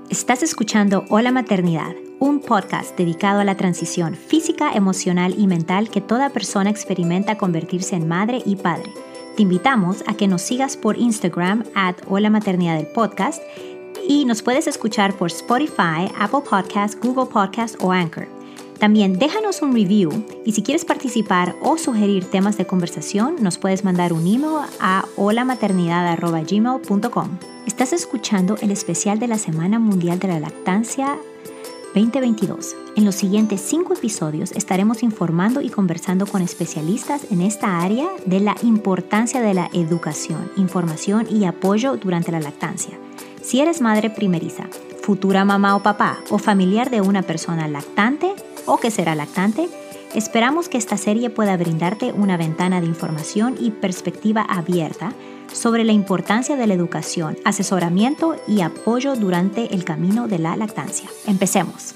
Estás escuchando Hola Maternidad, un podcast dedicado a la transición física, emocional y mental que toda persona experimenta convertirse en madre y padre. Te invitamos a que nos sigas por Instagram @Hola Maternidad del podcast y nos puedes escuchar por Spotify, Apple Podcasts, Google Podcasts o Anchor. También déjanos un review y si quieres participar o sugerir temas de conversación, nos puedes mandar un email a holamaternidad@gmail.com. Estás escuchando el especial de la Semana Mundial de la Lactancia 2022. En los siguientes 5 episodios estaremos informando y conversando con especialistas en esta área de la importancia de la educación, información y apoyo durante la lactancia. Si eres madre primeriza, futura mamá o papá o familiar de una persona lactante o que será lactante, esperamos que esta serie pueda brindarte una ventana de información y perspectiva abierta sobre la importancia de la educación, asesoramiento y apoyo durante el camino de la lactancia. Empecemos.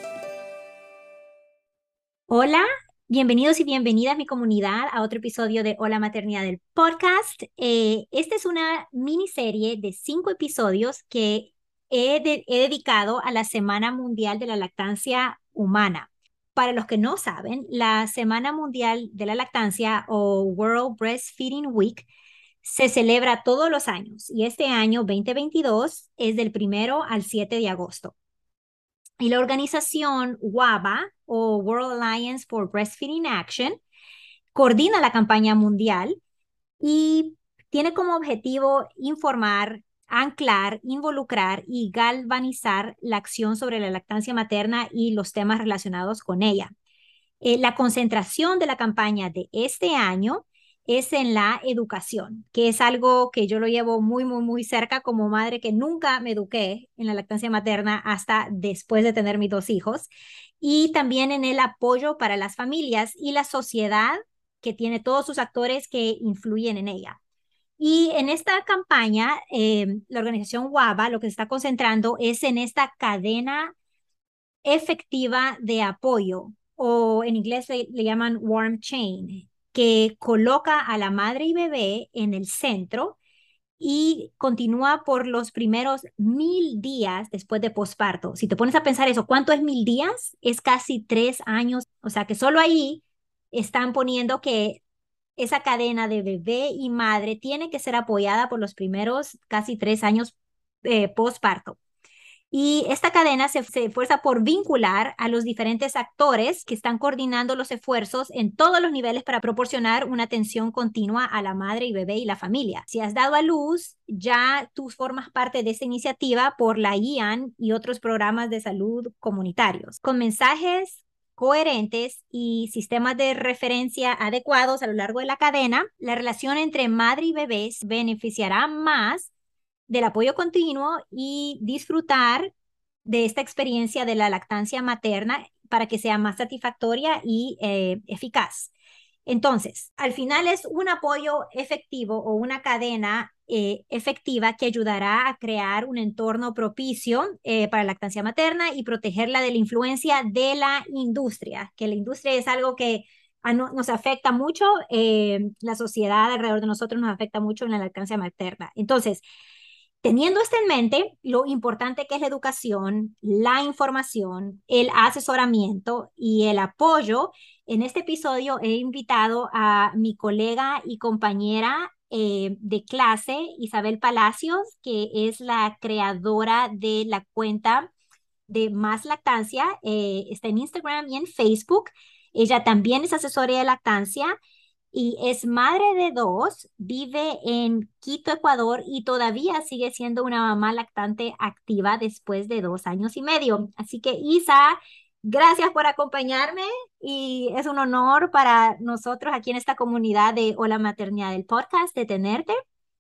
Hola, bienvenidos y bienvenidas mi comunidad a otro episodio de Hola Maternidad del podcast. Esta es una miniserie de 5 episodios que he dedicado a la Semana Mundial de la Lactancia Humana. Para los que no saben, la Semana Mundial de la Lactancia o World Breastfeeding Week se celebra todos los años y este año 2022 es del 1 al 7 de agosto. Y la organización WABA o World Alliance for Breastfeeding Action coordina la campaña mundial y tiene como objetivo informar, anclar, involucrar y galvanizar la acción sobre la lactancia materna y los temas relacionados con ella. La concentración de la campaña de este año es en la educación, que es algo que yo lo llevo muy cerca como madre que nunca me eduqué en la lactancia materna hasta después de tener mis 2 hijos, y también en el apoyo para las familias y la sociedad que tiene todos sus actores que influyen en ella. Y en esta campaña, la organización WABA lo que se está concentrando es en esta cadena efectiva de apoyo, o en inglés le llaman warm chain, que coloca a la madre y bebé en el centro y continúa por los primeros 1000 días después de posparto. Si te pones a pensar eso, ¿cuánto es 1000 días? Es casi 3 años, o sea que solo ahí están poniendo que esa cadena de bebé y madre tiene que ser apoyada por los primeros casi 3 años posparto. Y esta cadena se esfuerza por vincular a los diferentes actores que están coordinando los esfuerzos en todos los niveles para proporcionar una atención continua a la madre y bebé y la familia. Si has dado a luz, ya tú formas parte de esta iniciativa por la IAN y otros programas de salud comunitarios, con mensajes coherentes y sistemas de referencia adecuados a lo largo de la cadena. La relación entre madre y bebé beneficiará más del apoyo continuo y disfrutar de esta experiencia de la lactancia materna para que sea más satisfactoria y eficaz. Entonces, al final es un apoyo efectivo o una cadena efectiva que ayudará a crear un entorno propicio para la lactancia materna y protegerla de la influencia de la industria, que la industria es algo que nos afecta mucho, la sociedad alrededor de nosotros nos afecta mucho en la lactancia materna. Entonces, teniendo esto en mente, lo importante que es la educación, la información, el asesoramiento y el apoyo, en este episodio he invitado a mi colega y compañera de clase, Isabel Palacios, que es la creadora de la cuenta de Más Lactancia. Está en Instagram y en Facebook. Ella también es asesora de lactancia y es madre de 2, vive en Quito, Ecuador, y todavía sigue siendo una mamá lactante activa después de 2 años y medio. Así que Isa, gracias por acompañarme y es un honor para nosotros aquí en esta comunidad de Hola Maternidad del podcast de tenerte.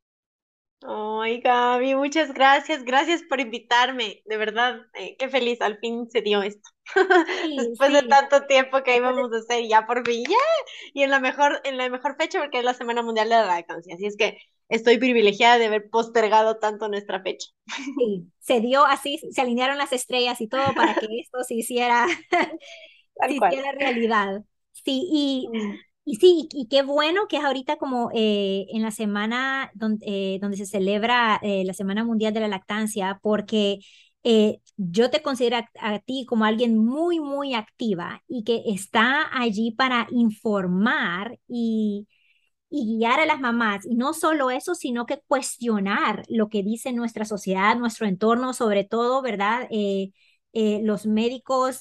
Ay, Gaby, muchas gracias. Gracias por invitarme. De verdad, qué feliz. Al fin se dio esto. Sí, Después de sí. tanto tiempo que íbamos a hacer, ya por fin, ya. Y en la mejor fecha porque es la Semana Mundial de la Lactancia. Así es que estoy privilegiada de haber postergado tanto nuestra fecha. Sí, se dio así, se alinearon las estrellas y todo para que esto se hiciera, se Tal cual. hiciera realidad. Sí, Mm. y sí, y qué bueno que es ahorita como en la semana donde se celebra la Semana Mundial de la Lactancia, porque yo te considero a ti como alguien muy, muy activa y que está allí para informar y guiar a las mamás. Y no solo eso, sino que cuestionar lo que dice nuestra sociedad, nuestro entorno, sobre todo, ¿verdad? Los médicos,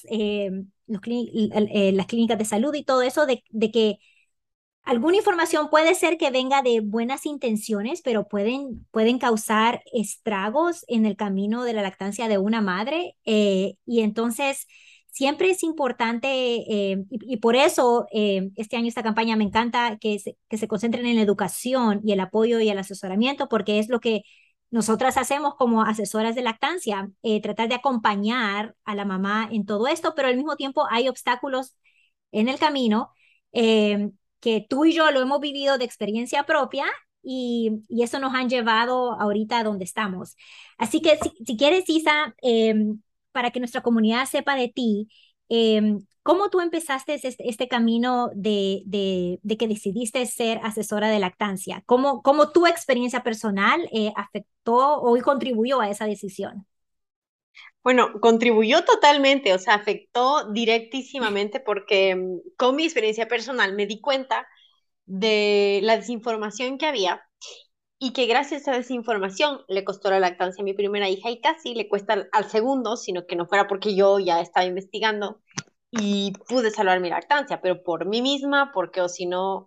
las clínicas de salud y todo eso, de que alguna información puede ser que venga de buenas intenciones, pero pueden causar estragos en el camino de la lactancia de una madre. Y entonces siempre es importante, y por eso este año esta campaña me encanta que se concentren en la educación y el apoyo y el asesoramiento, porque es lo que nosotras hacemos como asesoras de lactancia, tratar de acompañar a la mamá en todo esto, pero al mismo tiempo hay obstáculos en el camino. eh, que tú y yo lo hemos vivido de experiencia propia y eso nos han llevado ahorita a donde estamos. Así que si quieres, Isa, para que nuestra comunidad sepa de ti, ¿cómo tú empezaste este camino de que decidiste ser asesora de lactancia? ¿Cómo tu experiencia personal afectó o contribuyó a esa decisión? Bueno, contribuyó totalmente, o sea, afectó directísimamente porque con mi experiencia personal me di cuenta de la desinformación que había y que gracias a esa información le costó la lactancia a mi primera hija y casi le cuesta al segundo, sino que no fuera porque yo ya estaba investigando y pude salvar mi lactancia, pero por mí misma, porque o si no,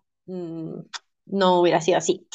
no hubiera sido así.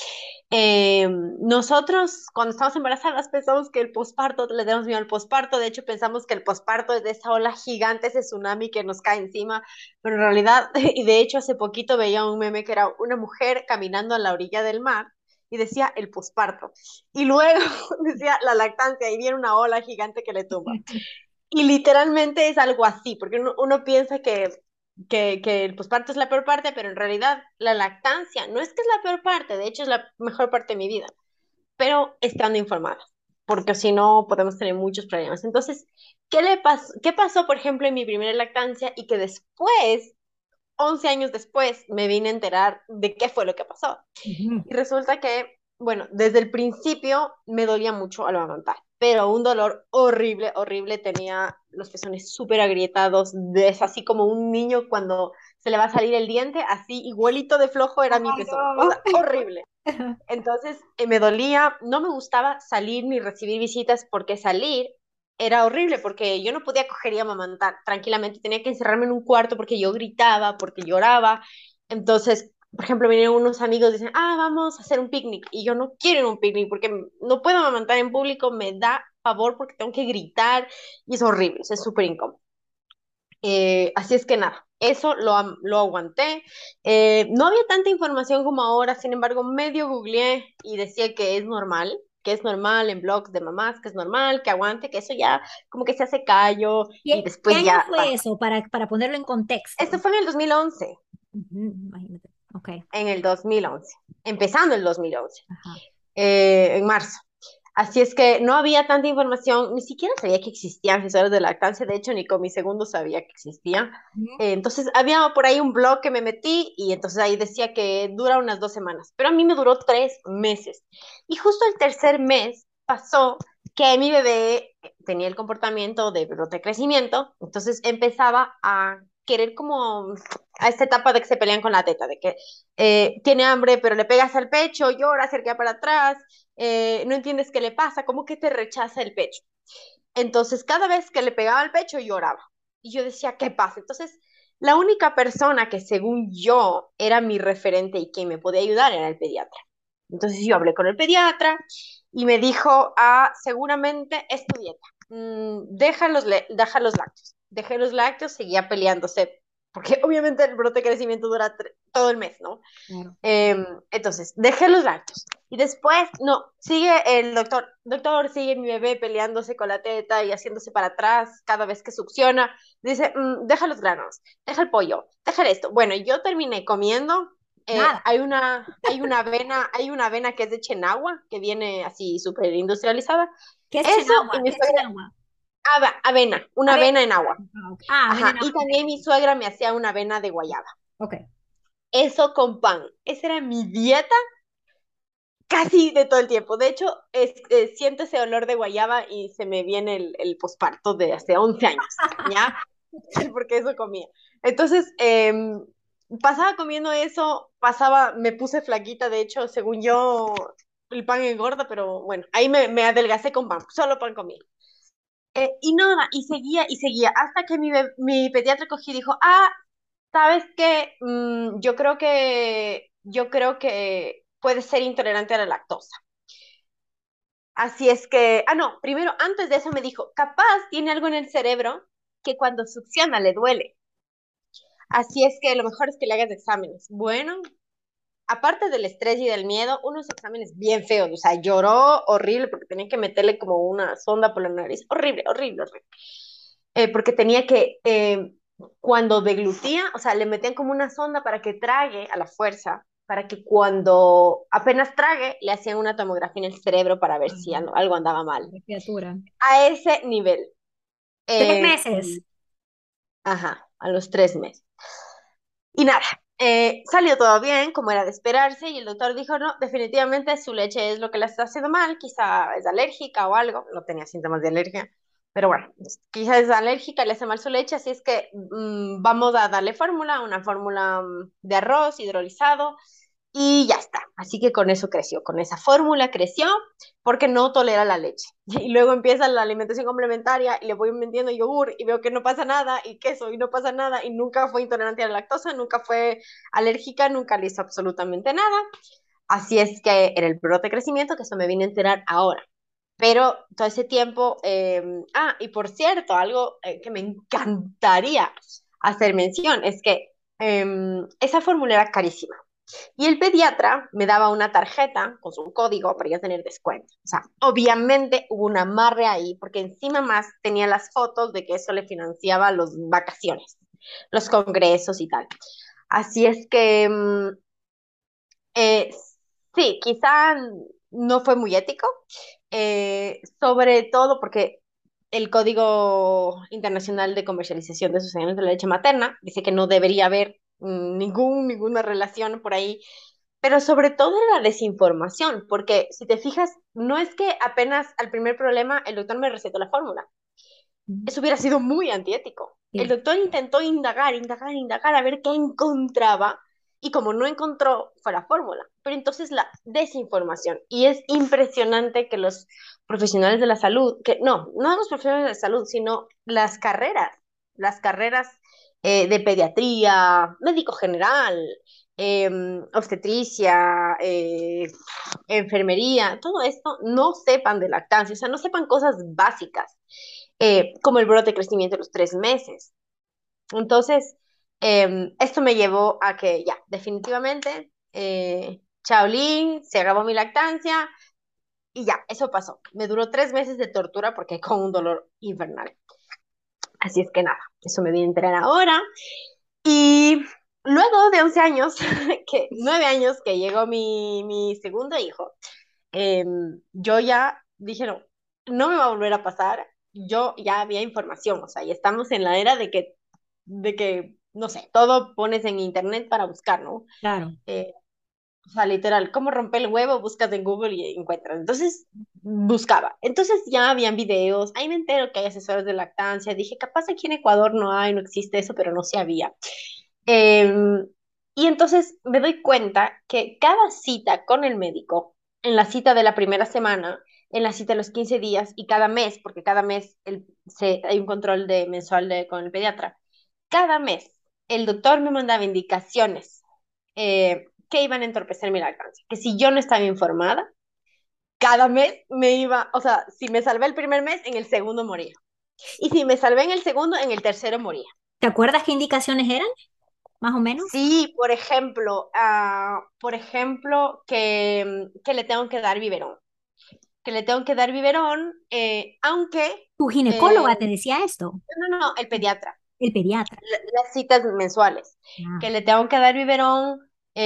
Nosotros, cuando estamos embarazadas, pensamos que el posparto, le tenemos miedo al posparto. De hecho, pensamos que el posparto es de esa ola gigante, ese tsunami que nos cae encima. Pero en realidad, y de hecho, hace poquito veía un meme que era una mujer caminando a la orilla del mar y decía el posparto. Y luego decía la lactancia y viene una ola gigante que le tumba. Y literalmente es algo así, porque uno piensa que el posparto es la peor parte, pero en realidad la lactancia no es que es la peor parte, de hecho es la mejor parte de mi vida, pero estando informada, porque si no podemos tener muchos problemas. Entonces, ¿qué pasó, por ejemplo, en mi primera lactancia y que después, 11 años después, me vine a enterar de qué fue lo que pasó? Ujú. Y resulta que, bueno, desde el principio me dolía mucho al amamantar, pero un dolor horrible, horrible. Tenía los pezones súper agrietados, es así como un niño cuando se le va a salir el diente, así igualito de flojo era mi Ay, pezón, o no. sea, horrible. Entonces me dolía, no me gustaba salir ni recibir visitas porque salir era horrible, porque yo no podía coger y amamantar tranquilamente, tenía que encerrarme en un cuarto porque yo gritaba, porque lloraba. Entonces, por ejemplo, vienen unos amigos y dicen, vamos a hacer un picnic, y yo no quiero ir a un picnic porque no puedo amamantar en público, me da pavor porque tengo que gritar y es horrible, es súper incómodo. Así es que nada, eso lo aguanté. No había tanta información como ahora, sin embargo, medio googleé y decía que es normal en blogs de mamás, que es normal, que aguante, que eso ya como que se hace callo y ¿Qué después año ya fue pasa. eso para ponerlo en Esto contexto? fue en el 2011, Ujú, imagínate. Ok. en el 2011, empezando el 2011, Ajá. en marzo. Así es que no había tanta información, ni siquiera sabía que existían asesores de lactancia, de hecho ni con mi segundo sabía que existía. Ujú. Entonces había por ahí un blog que me metí y entonces ahí decía que dura unas 2 semanas, pero a mí me duró 3 meses. Y justo el tercer mes pasó que mi bebé tenía el comportamiento de brote crecimiento, entonces empezaba a querer como a esta etapa de que se pelean con la teta, de que tiene hambre pero le pegas al pecho, llora, se queda para atrás, no entiendes qué le pasa, como que te rechaza el pecho. Entonces, cada vez que le pegaba al pecho, lloraba. Y yo decía, ¿qué pasa? Entonces, la única persona que según yo era mi referente y que me podía ayudar era el pediatra. Entonces yo hablé con el pediatra y me dijo, seguramente es tu dieta. Deja los lácteos. Dejé los lácteos, seguía peleándose, porque obviamente el brote de crecimiento dura todo el mes, ¿no? Claro. Entonces, dejé los lácteos. Y después, no, sigue el doctor, sigue mi bebé peleándose con la teta y haciéndose para atrás cada vez que succiona. Dice, deja los granos, deja el pollo, deja esto. Bueno, yo terminé comiendo. Nada. Hay una avena que es de Chenagua, que viene así súper industrializada. ¿Qué es Eso Chenagua? y mi ¿Qué es suegra, Chenagua? avena, una A ver. avena en agua. Ah, ok. Ah, avena Ajá, en y agua. Ok. también mi suegra me hacía una avena de guayaba. Ok. Eso con pan. Esa era mi dieta casi de todo el tiempo. De hecho, siento ese olor de guayaba y se me viene el posparto de hace 11 años, ¿ya? Porque eso comía. Entonces, pasaba comiendo eso, me puse flaquita, de hecho, según yo, el pan engorda, pero bueno, ahí me adelgacé con pan, solo pan comía. Y nada, y seguía, hasta que mi pediatra cogió y dijo, ¿sabes qué? Yo creo que puede ser intolerante a la lactosa. Así es que, no, primero, antes de eso me dijo, capaz tiene algo en el cerebro que cuando succiona le duele. Así es que lo mejor es que le hagas exámenes. Bueno, aparte del estrés y del miedo, unos exámenes bien feos. O sea, lloró horrible porque tenía que meterle como una sonda por la nariz. Horrible, horrible, horrible. Porque tenía que, cuando deglutía, o sea, le metían como una sonda para que trague a la fuerza, para que cuando apenas trague, le hacían una tomografía en el cerebro para ver si Ajá, algo andaba mal. qué criatura. A ese nivel. Tres Eh, meses. ajá, a los 3 meses. Y nada, salió todo bien, como era de esperarse, y el doctor dijo, no, definitivamente su leche es lo que la está haciendo mal, quizá es alérgica o algo, no tenía síntomas de alergia, pero bueno, quizá es alérgica, le hace mal su leche, así es que vamos a darle fórmula, una fórmula de arroz hidrolizado, y ya está. Así que con eso creció, con esa fórmula creció porque no tolera la leche. Y luego empieza la alimentación complementaria y le voy metiendo yogur y veo que no pasa nada y queso y no pasa nada y nunca fue intolerante a la lactosa, nunca fue alérgica, nunca le hizo absolutamente nada. Así es que era el brote de crecimiento que eso me vine a enterar ahora. Pero todo ese tiempo, y por cierto, algo que me encantaría hacer mención es que esa fórmula era carísima. Y el pediatra me daba una tarjeta con su código para yo tener descuento. O sea, obviamente hubo un amarre ahí, porque encima más tenía las fotos de que eso le financiaba las vacaciones, los congresos y tal. Así es que, eh, sí, quizá no fue muy ético, sobre todo porque el Código Internacional de Comercialización de Sustancias de la Leche Materna dice que no debería haber ninguna relación por ahí, pero sobre todo en la desinformación, porque si te fijas, no es que apenas al primer problema el doctor me recetó la fórmula, Ujú. eso hubiera sido muy antiético. El Sí. doctor intentó indagar, indagar, indagar a ver qué encontraba y como no encontró fue la fórmula. Pero entonces la desinformación. Y es impresionante que los profesionales de la salud, que no los profesionales de la salud, sino las carreras de pediatría, médico general, obstetricia, enfermería, todo esto, no sepan de lactancia, o sea, no sepan cosas básicas como el brote de crecimiento de los 3 meses. Entonces, esto me llevó a que ya, definitivamente, Shaolin, se acabó mi lactancia y ya, eso pasó. Me duró 3 meses de tortura porque con un dolor infernal. Así es que nada, eso me viene a enterar ahora. Y luego de 11 años, 9 años que llegó mi segundo hijo, yo ya dije, no, no me va a volver a pasar. Yo ya había información, o sea, ya estamos en la era de que, no sé, todo pones en internet para buscar, ¿no? Claro. Eh, o sea, literal, ¿cómo romper el huevo? Buscas en Google y encuentras. Entonces, buscaba. Entonces ya habían videos. Ahí me entero que hay asesores de lactancia. Dije, capaz aquí en Ecuador no hay, no existe eso, pero no se había. Eh, y entonces me doy cuenta que cada cita con el médico, en la cita de la primera semana, en la cita de los 15 días y cada mes, porque cada mes hay un control mensual con el pediatra, cada mes el doctor me mandaba indicaciones que iban a entorpecer mi lactancia, que si yo no estaba informada, cada mes me iba, o sea, si me salvé el primer mes, en el segundo moría. Y si me salvé en el segundo, en el tercero moría. ¿Te acuerdas qué indicaciones eran, más o menos? Sí, por ejemplo, que le tengo que dar biberón. Que le tengo que dar biberón, aunque, Tu eh, ginecóloga te decía esto, no, el pediatra, el pediatra. las citas mensuales. Que Ah, le tengo que dar biberón,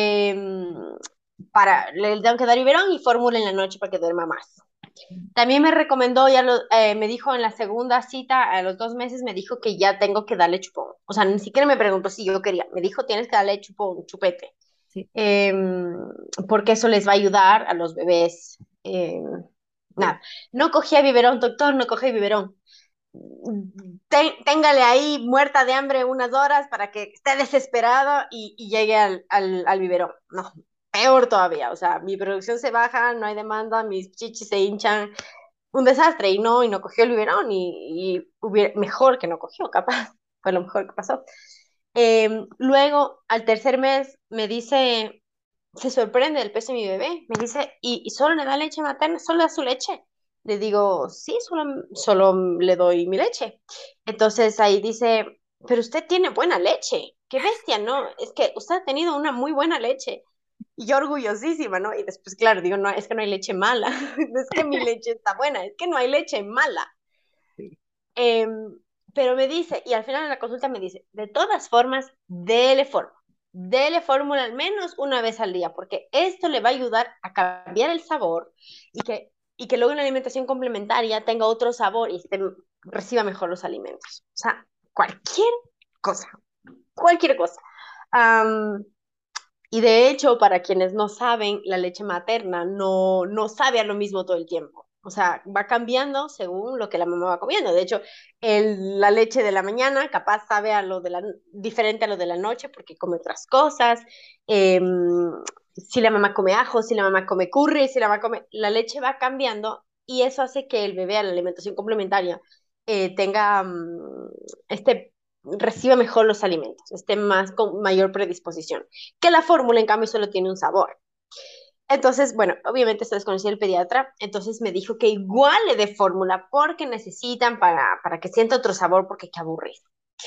le tengo que dar biberón y fórmula en la noche para que duerma más. También me recomendó, me dijo en la segunda cita, a los 2 meses, me dijo que ya tengo que darle chupón. O sea, ni siquiera me preguntó si yo quería. Me dijo, tienes que darle chupón, chupete. Sí. em, porque eso les va a ayudar a los bebés. Nada, no cogía biberón, doctor, no cogí biberón. Téngale ahí muerta de hambre unas horas para que esté desesperado y llegue al biberón. No, peor todavía, o sea, mi producción se baja, no hay demanda, mis chichis se hinchan, un desastre, y no cogió el biberón, mejor que no cogió, capaz, fue lo mejor que pasó. Luego, al tercer mes, me dice, se sorprende el peso de mi bebé, me dice, ¿y solo le da leche materna? ¿Solo da su leche? Le digo, sí, solo le doy mi leche. Entonces ahí dice, pero usted tiene buena leche, qué bestia, ¿no? Es que usted ha tenido una muy buena leche. Y yo orgullosísima, ¿no? Y después, claro, digo, no, es que no hay leche mala, no es que mi leche está buena, es que no hay leche mala. Sí. Eh, pero me dice, y al final de la consulta me dice, de todas formas, dele fórmula al menos una vez al día, porque esto le va a ayudar a cambiar el sabor y que luego en la alimentación complementaria tenga otro sabor y reciba mejor los alimentos. O sea, cualquier cosa, cualquier cosa. Um, y de hecho, para quienes no saben, la leche materna no sabe a lo mismo todo el tiempo. O sea, va cambiando según lo que la mamá va comiendo. De hecho, la leche de la mañana capaz sabe diferente a lo de la noche porque come otras cosas. Eh, si la mamá come ajo, si la mamá come curry, si la mamá come... La leche va cambiando y eso hace que el bebé a la alimentación complementaria tenga este reciba mejor los alimentos, esté más con mayor predisposición que la fórmula, en cambio, solo tiene un sabor. Entonces, bueno, obviamente se desconocía el pediatra, entonces me dijo que igual le dé fórmula porque necesitan para que sienta otro sabor porque qué aburrido.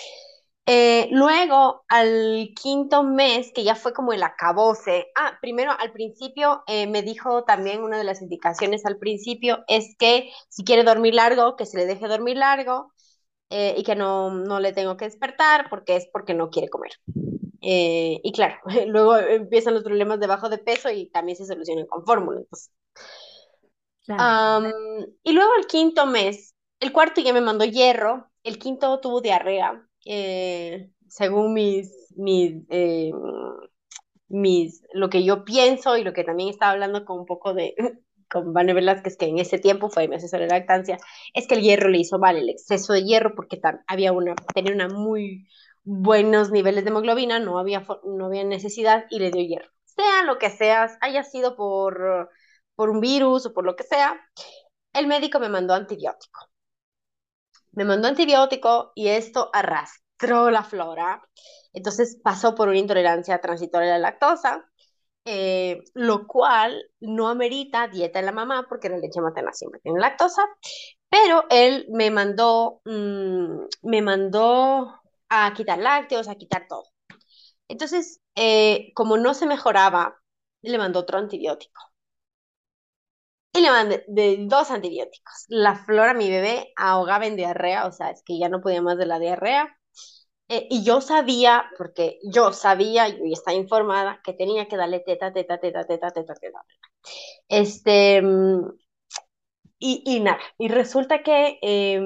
Luego, al quinto mes, que ya fue como el acabose, primero al principio me dijo también una de las indicaciones al principio es que si quiere dormir largo, que se le deje dormir largo y que no le tengo que despertar porque es porque no quiere comer. Y claro, luego empiezan los problemas de bajo de peso y también se solucionan con fórmula. Entonces. Claro. Y luego el quinto mes, el cuarto ya me mandó hierro, el quinto tuvo diarrea, según lo que yo pienso y lo que también estaba hablando con un poco de, con Vane Velázquez, que en ese tiempo fue mi asesora de lactancia, es que el hierro le hizo mal, el exceso de hierro, porque tenía una muy buenos niveles de hemoglobina, no había necesidad y le dio hierro. Sea lo que sea, haya sido por un virus o por lo que sea, el médico me mandó antibiótico. Me mandó antibiótico y esto arrastró la flora. Entonces pasó por una intolerancia transitoria a la lactosa, lo cual no amerita dieta en la mamá porque la leche materna siempre tiene lactosa, pero él me mandó a quitar lácteos, a quitar todo. Entonces, como no se mejoraba, le mandó otro antibiótico. Y le mandé dos antibióticos. La flora, mi bebé, ahogaba en diarrea, o sea, es que ya no podía más de la diarrea. Y yo sabía, porque yo sabía, yo ya estaba informada, que tenía que darle teta, teta, teta, teta, teta, teta. Este, y nada, y resulta que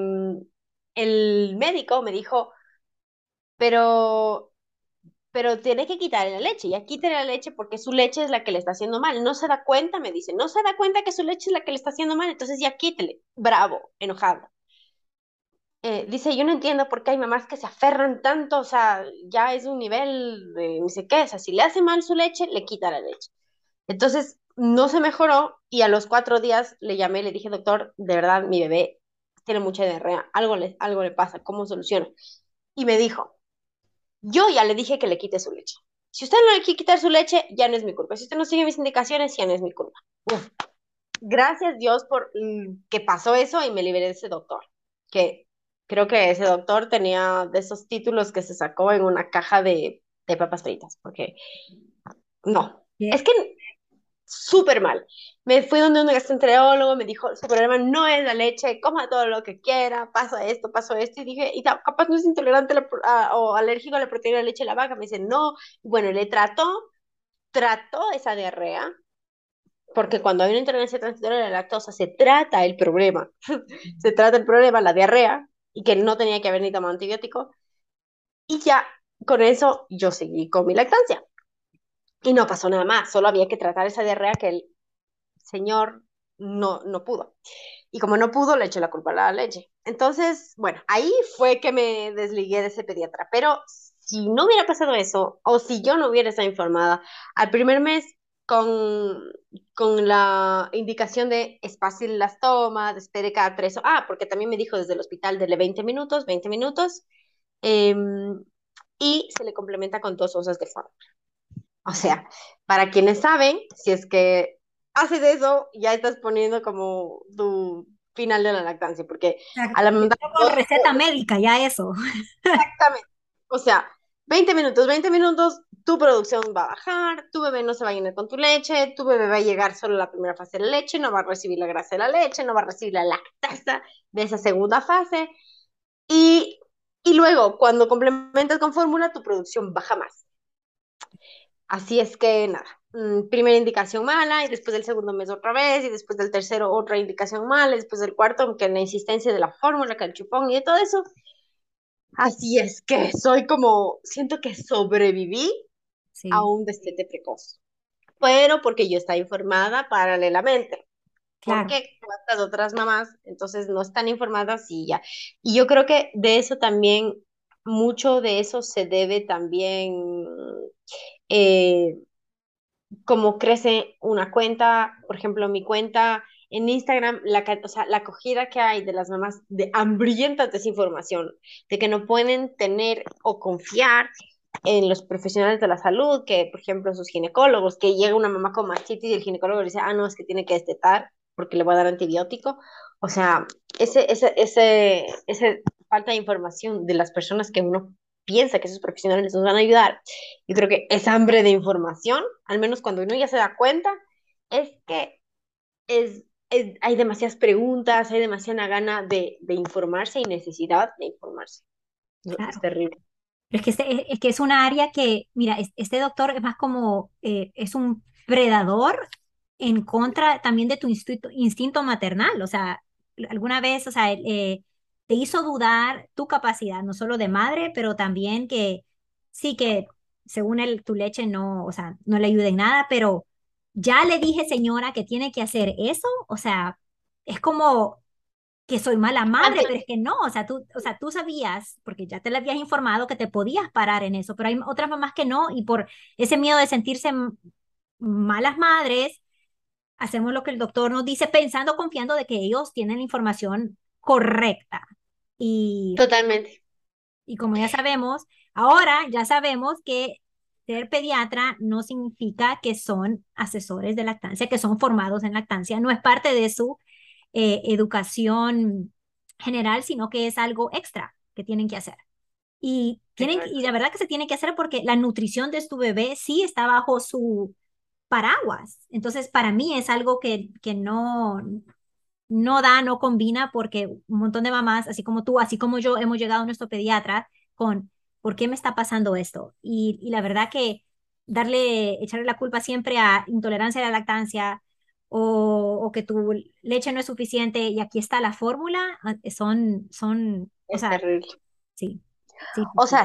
el médico me dijo, pero, pero tiene que quitarle la leche, ya quítale la leche porque su leche es la que le está haciendo mal. No se da cuenta, me dice, no se da cuenta que su leche es la que le está haciendo mal, entonces ya quítele. Bravo, enojado. Dice, yo no entiendo por qué hay mamás que se aferran tanto, o sea, ya es un nivel de ni sé qué, o sea, si le hace mal su leche, le quita la leche. Entonces, no se mejoró y a los 4 días le llamé y le dije, doctor, de verdad, mi bebé tiene mucha diarrea, algo le pasa, ¿cómo soluciona? Y me dijo, yo ya le dije que le quite su leche. Si usted no le quiere quitar su leche, ya no es mi culpa. Si usted no sigue mis indicaciones, ya no es mi culpa. Uf. Gracias Dios por que pasó eso y me liberé de ese doctor, que creo que ese doctor tenía de esos títulos que se sacó en una caja de papas fritas, porque no, es ¿Qué? que súper mal. Me fui donde un gastroenterólogo, me dijo, su problema no es la leche, coma todo lo que quiera, paso esto, y dije, y capaz no es intolerante o alérgico a la proteína de leche de la vaca, me dice, no, bueno, trató esa diarrea, porque cuando hay una intolerancia transitoria a la lactosa se trata el problema, se trata el problema, la diarrea, y que no tenía que haber ni tomado antibiótico, y ya con eso yo seguí con mi lactancia. Y no pasó nada más, solo había que tratar esa diarrea que el señor no pudo. Y como no pudo, le echó la culpa a la leche. Entonces, bueno, ahí fue que me desligué de ese pediatra. Pero si no hubiera pasado eso, o si yo no hubiera estado informada, al primer mes con, con la indicación de es fácil las tomas, espere cada 3 horas. Ah, porque también me dijo desde el hospital, dele 20 minutos, eh, y se le complementa con 2 onzas de fármaco. O sea, para quienes saben, si es que haces eso, ya estás poniendo como tu final de la lactancia, porque a Exacto. la mandar Con receta médica, ya eso. exactamente, o sea, 20 minutos, tu producción va a bajar, tu bebé no se va a llenar con tu leche, tu bebé va a llegar solo a la primera fase de la leche, no va a recibir la grasa de la leche, no va a recibir la lactasa de esa segunda fase, y, y luego, cuando complementas con fórmula, tu producción baja más. Así es que nada, primera indicación mala y después del segundo mes otra vez y después del tercero otra indicación mala y después del cuarto, aunque la insistencia de la fórmula, que el chupón y de todo eso. Así es que soy como, siento que sobreviví a Sí, un destete precoz, pero porque yo estaba informada paralelamente, claro. porque cuántas otras mamás entonces no están informadas y ya. Y yo creo que de eso también, mucho de eso se debe también eh, como crece una cuenta, por ejemplo, mi cuenta en Instagram, o sea, la acogida que hay de las mamás de hambrientas de esa información, de que no pueden tener o confiar en los profesionales de la salud, que por ejemplo sus ginecólogos, que llega una mamá con mastitis y el ginecólogo le dice, ah, no, es que tiene que destetar porque le voy a dar antibiótico. O sea, ese falta de información de las personas que uno piensa que esos profesionales nos van a ayudar, yo creo que esa hambre de información, al menos cuando uno ya se da cuenta, es que hay demasiadas preguntas, hay demasiada gana de informarse y necesidad de informarse. Es Claro. terrible. Pero es que es una área que, mira, este doctor es más como, es un predador en contra también de tu instinto maternal. O sea, alguna vez, o sea, te hizo dudar tu capacidad, no solo de madre, pero también que sí que según él, tu leche no, o sea, no le ayuda en nada, pero ya le dije, señora, que tiene que hacer eso. O sea, es como que soy mala madre, pero es que no, o sea, tú sabías, porque ya te lo habías informado que te podías parar en eso, pero hay otras mamás que no, y por ese miedo de sentirse malas madres, hacemos lo que el doctor nos dice, pensando, confiando de que ellos tienen la información correcta. Y, Totalmente. y como ya sabemos, ahora ya sabemos que ser pediatra no significa que son asesores de lactancia, que son formados en lactancia, no es parte de su educación general, sino que es algo extra que tienen que hacer. Y la verdad que se tiene que hacer porque la nutrición de tu bebé sí está bajo su paraguas. Entonces, para mí es algo que no da, no combina, porque un montón de mamás, así como tú, así como yo, hemos llegado a nuestro pediatra con, ¿por qué me está pasando esto? Y la verdad que echarle la culpa siempre a intolerancia a la lactancia o que tu leche no es suficiente y aquí está la fórmula, o Es sea, terrible. sí, sí, sí, O sí. sea,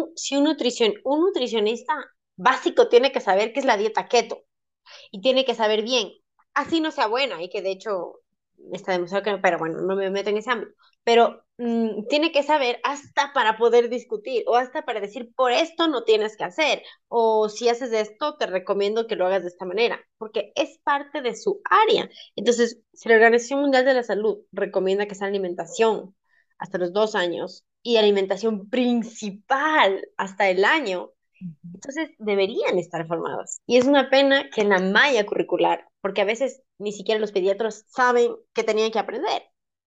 un nutricionista básico tiene que saber qué es la dieta keto y tiene que saber bien, así no sea buena y que de hecho está demostrado que, no, pero bueno, no me meto en ese ámbito, pero tiene que saber hasta para poder discutir o hasta para decir, por esto no tienes que hacer, o si haces esto, te recomiendo que lo hagas de esta manera, porque es parte de su área. Entonces, si la Organización Mundial de la Salud recomienda que esa alimentación hasta los 2 años y alimentación principal hasta el año, entonces deberían estar formados. Y es una pena que en la malla curricular, porque a veces ni siquiera los pediatras saben que tenían que aprender.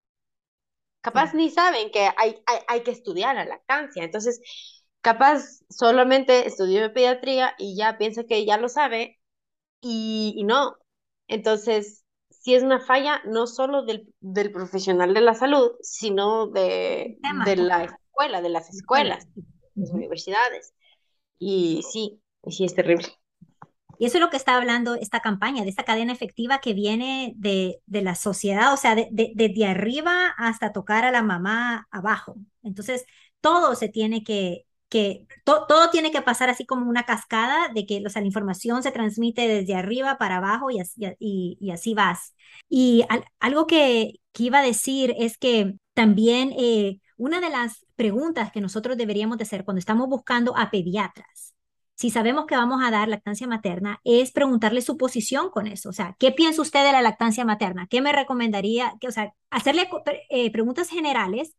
Sí. Capaz ni saben que hay que estudiar la lactancia. Entonces, capaz solamente estudió pediatría y ya piensa que ya lo sabe y no. Entonces, sí es una falla no solo del profesional de la salud, sino Tema de la total, escuela, de las escuela. escuelas, las Ujú. universidades. Y sí es terrible. Y eso es lo que está hablando esta campaña, de esta cadena efectiva que viene de la sociedad, o sea, desde arriba hasta tocar a la mamá abajo. Entonces, todo se tiene que todo tiene que pasar así como una cascada de que, o sea, la información se transmite desde arriba para abajo y así, y así vas. Y algo que iba a decir es que también una de las preguntas que nosotros deberíamos de hacer cuando estamos buscando a pediatras, si sabemos que vamos a dar lactancia materna, es preguntarle su posición con eso. O sea, ¿qué piensa usted de la lactancia materna? ¿Qué me recomendaría? O sea, hacerle preguntas generales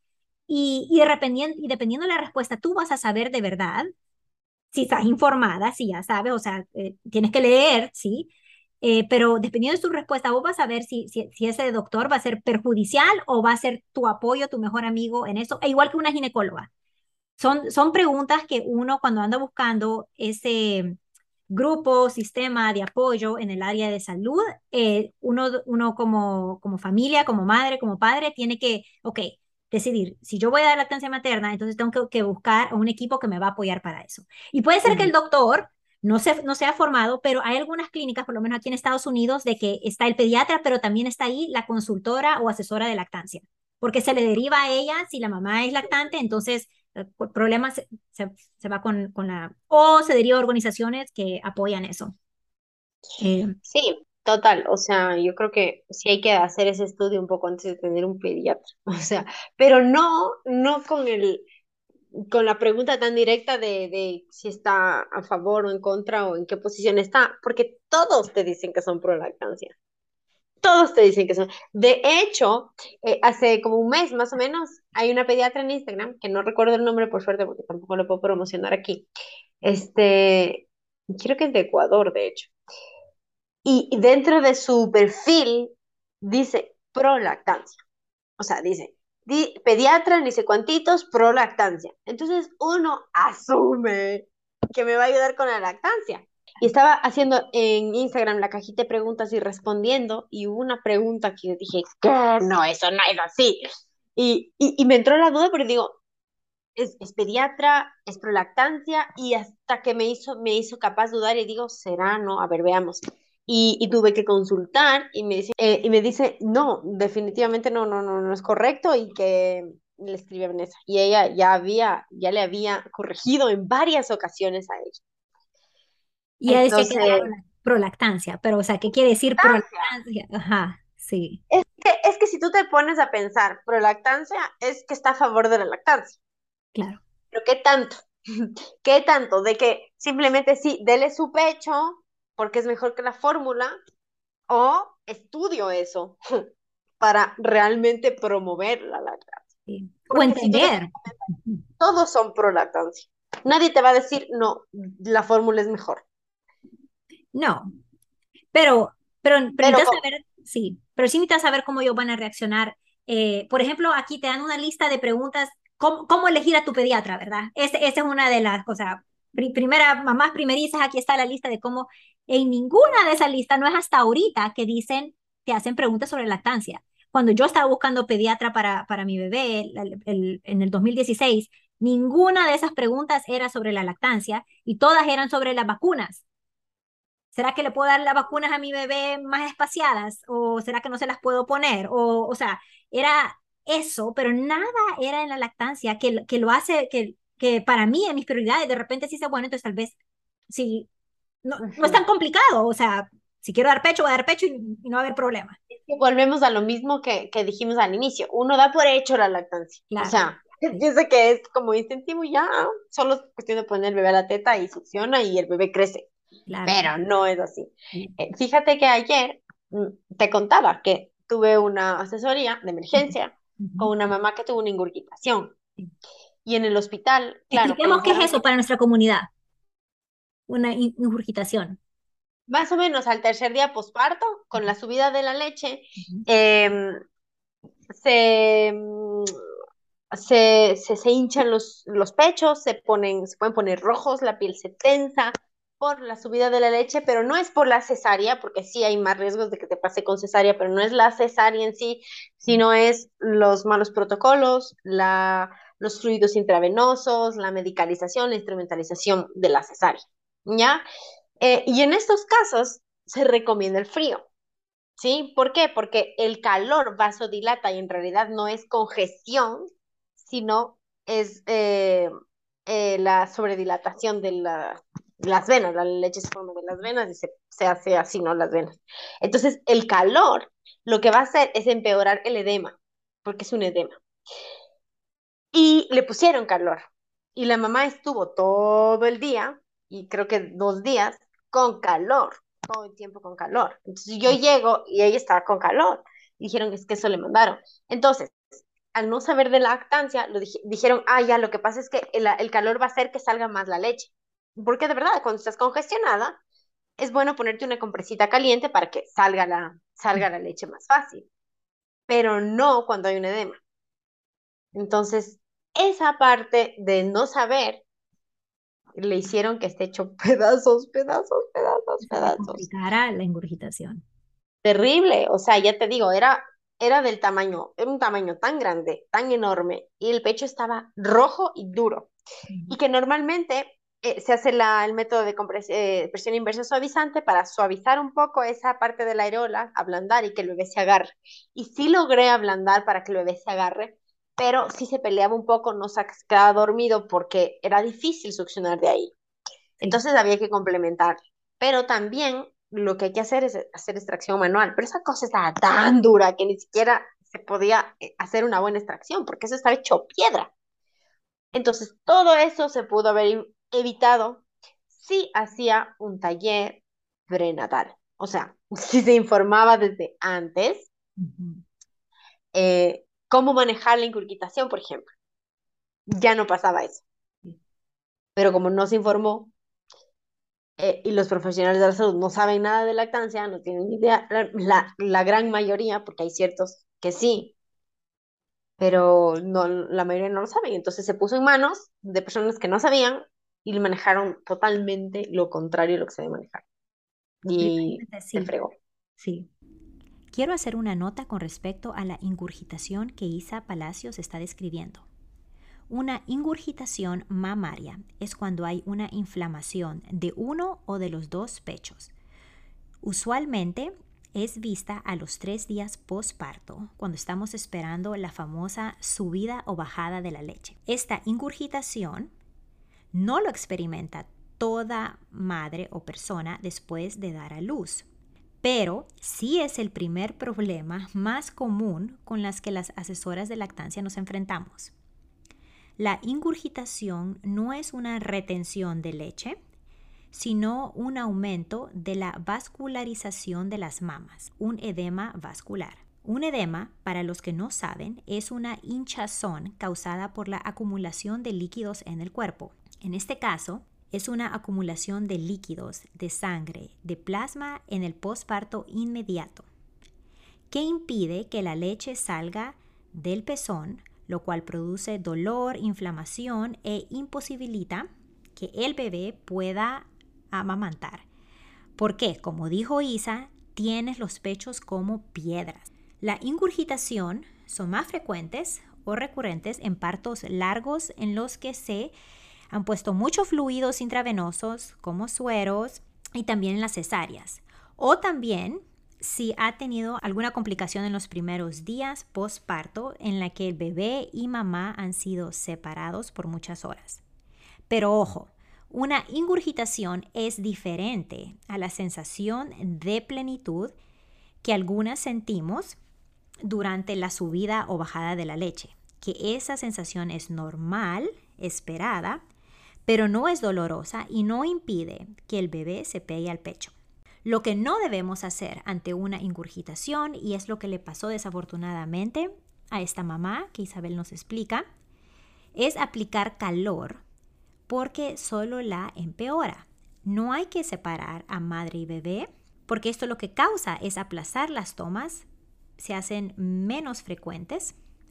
y dependiendo de la respuesta, tú vas a saber de verdad si estás informada, si ya sabes, o sea, tienes que leer, ¿sí? Pero dependiendo de su respuesta, vos vas a ver si ese doctor va a ser perjudicial o va a ser tu apoyo, tu mejor amigo en eso, e igual que una ginecóloga. Son preguntas que uno cuando anda buscando ese grupo, sistema de apoyo en el área de salud, uno como familia, como madre, como padre, tiene que, ok, decidir, si yo voy a dar lactancia materna, entonces tengo que buscar a un equipo que me va a apoyar para eso. Y puede ser que el Ujú. doctor no sea formado, pero hay algunas clínicas, por lo menos aquí en Estados Unidos, de que está el pediatra, pero también está ahí la consultora o asesora de lactancia, porque se le deriva a ella si la mamá es lactante, entonces por problemas se va con la... O se deriva a organizaciones que apoyan eso. Eh, Sí, total, o sea, yo creo que sí hay que hacer ese estudio un poco antes de tener un pediatra, o sea, pero no con la pregunta tan directa de si está a favor o en contra o en qué posición está, porque todos te dicen que son pro lactancia. Todos te dicen que son. De hecho, hace como un mes más o menos, hay una pediatra en Instagram, que no recuerdo el nombre por suerte, porque tampoco lo puedo promocionar aquí. Este, creo que es de Ecuador, de hecho. Y dentro de su perfil dice pro lactancia. O sea, dice pediatra, ni sé cuantitos, pro lactancia. Entonces uno asume que me va a ayudar con la lactancia. Y estaba haciendo en Instagram la cajita de preguntas y respondiendo, y hubo una pregunta que yo dije, ¿qué? No, eso no es así. Y me entró la duda, pero digo, es pediatra, es prolactancia, y hasta que me hizo capaz dudar y digo, ¿será? No, a ver, veamos. Y tuve que consultar y me dice, no, definitivamente no es correcto y que le escribí a Vanessa. Y ella ya le había corregido en varias ocasiones a ella. y ya decía que Entonces, era prolactancia, pero o sea, ¿qué quiere decir prolactancia? Ajá, sí, es que si tú te pones a pensar, prolactancia es que está a favor de la lactancia. claro. Pero ¿qué tanto? ¿Qué tanto? De que simplemente sí, dele su pecho porque es mejor que la fórmula o estudio eso para realmente promover la lactancia. Sí. O Porque si tú te entender. pones, todos son pro lactancia. Nadie te va a decir, no, la fórmula es mejor. No, pero Pero necesitas ¿cómo? saber, sí, pero sí necesitas saber cómo ellos van a reaccionar. Por ejemplo, aquí te dan una lista de preguntas, cómo elegir a tu pediatra, ¿verdad? Esa es una de las cosas. Mamás primerizas, aquí está la lista de cómo, en ninguna de esas listas, no es hasta ahorita que dicen, te hacen preguntas sobre lactancia. Cuando yo estaba buscando pediatra para mi bebé en el 2016, ninguna de esas preguntas era sobre la lactancia y todas eran sobre las vacunas. ¿Será que le puedo dar las vacunas a mi bebé más espaciadas? ¿O será que no se las puedo poner? O sea, era eso, pero nada era en la lactancia que lo hace, que para mí en mis prioridades de repente sí se bueno, entonces tal vez sí, no es Ujú. tan complicado. O sea, si quiero dar pecho, voy a dar pecho y no va a haber problema. Es que volvemos a lo mismo que dijimos al inicio. Uno da por hecho la lactancia. O Claro, sea, sí, yo sé que es como instintivo, ya, solo es cuestión de poner el bebé a la teta y succiona y el bebé crece. claro. Pero no es así. Sí. Fíjate que ayer te contaba que tuve una asesoría de Ujú, emergencia con ujú, una mamá que tuvo una ingurgitación. sí. Y en el hospital, claro, Expliquemos qué es pensaron eso que para nuestra comunidad, una ingurgitación. más o menos al tercer día posparto, con Ujú, la subida de la leche, ujú. eh, se, se hinchan los pechos, se pueden poner rojos, la piel se tensa por la subida de la leche, pero no es por la cesárea, porque sí hay más riesgos de que te pase con cesárea, pero no es la cesárea en sí, sino es los malos protocolos, los fluidos intravenosos, la medicalización, la instrumentalización de la cesárea, ¿ya? Y en estos casos se recomienda el frío. ¿Sí? ¿Por qué? Porque el calor vasodilata y en realidad no es congestión, sino es la sobredilatación de las venas. La leche se forma de las venas y se hace así, ¿no? Las venas. Entonces, el calor lo que va a hacer es empeorar el edema, porque es un edema. Y le pusieron calor. Y la mamá estuvo todo el día, y creo que 2 días, con calor, todo el tiempo con calor. Entonces yo llego y ella estaba con calor. Dijeron es que eso le mandaron. Entonces, al no saber de lactancia, dijeron, ah, ya, lo que pasa es que el calor va a hacer que salga más la leche. Porque de verdad, cuando estás congestionada, es bueno ponerte una compresita caliente para que salga la leche más fácil, pero no cuando hay un edema. Entonces, esa parte de no saber le hicieron que esté hecho pedazos, pedazos, pedazos, Se le pedazos. complicará la ingurgitación. Terrible, o sea, ya te digo, era del tamaño, era un tamaño tan grande, tan enorme, y el pecho estaba rojo y duro. Ujú. Y que normalmente se hace el método de presión inversa suavizante para suavizar un poco esa parte de la areola, ablandar y que el bebé se agarre. Y sí logré ablandar para que el bebé se agarre, pero sí se peleaba un poco, no se quedaba dormido porque era difícil succionar de ahí. Sí. Entonces había que complementar. Pero también lo que hay que hacer es hacer extracción manual. Pero esa cosa estaba tan dura que ni siquiera se podía hacer una buena extracción porque eso estaba hecho piedra. Entonces, todo eso se pudo haber evitado si hacía un taller prenatal. O sea, si se informaba desde antes Ujú. cómo manejar la incurgitación, por ejemplo. Ya no pasaba eso. Sí. Pero como no se informó y los profesionales de la salud no saben nada de lactancia, no tienen ni idea, la gran mayoría, porque hay ciertos que sí, pero no, la mayoría no lo saben. Entonces se puso en manos de personas que no sabían y manejaron totalmente lo contrario de lo que se debe manejar. Y Literalmente se sí, fregó. sí. Quiero hacer una nota con respecto a la ingurgitación que Isa Palacios está describiendo. Una ingurgitación mamaria es cuando hay una inflamación de uno o de los dos pechos. Usualmente es vista a los 3 días postparto, cuando estamos esperando la famosa subida o bajada de la leche. Esta ingurgitación no lo experimenta toda madre o persona después de dar a luz, pero sí es el primer problema más común con las que las asesoras de lactancia nos enfrentamos. La ingurgitación no es una retención de leche, sino un aumento de la vascularización de las mamas, un edema vascular. Un edema, para los que no saben, es una hinchazón causada por la acumulación de líquidos en el cuerpo. En este caso, es una acumulación de líquidos, de sangre, de plasma en el posparto inmediato, que impide que la leche salga del pezón, lo cual produce dolor, inflamación e imposibilita que el bebé pueda amamantar. Porque, como dijo Isa, tienes los pechos como piedras. La ingurgitación son más frecuentes o recurrentes en partos largos en los que se han puesto muchos fluidos intravenosos como sueros y también en las cesáreas. O también si ha tenido alguna complicación en los primeros días postparto en la que el bebé y mamá han sido separados por muchas horas. Pero ojo, una ingurgitación es diferente a la sensación de plenitud que algunas sentimos durante la subida o bajada de la leche, que esa sensación es normal, esperada, pero no es dolorosa y no impide que el bebé se pegue al pecho. Lo que no debemos hacer ante una ingurgitación, y es lo que le pasó desafortunadamente a esta mamá que Isabel nos explica, es aplicar calor porque solo la empeora. No hay que separar a madre y bebé porque esto lo que causa es aplazar las tomas, se hacen menos frecuentes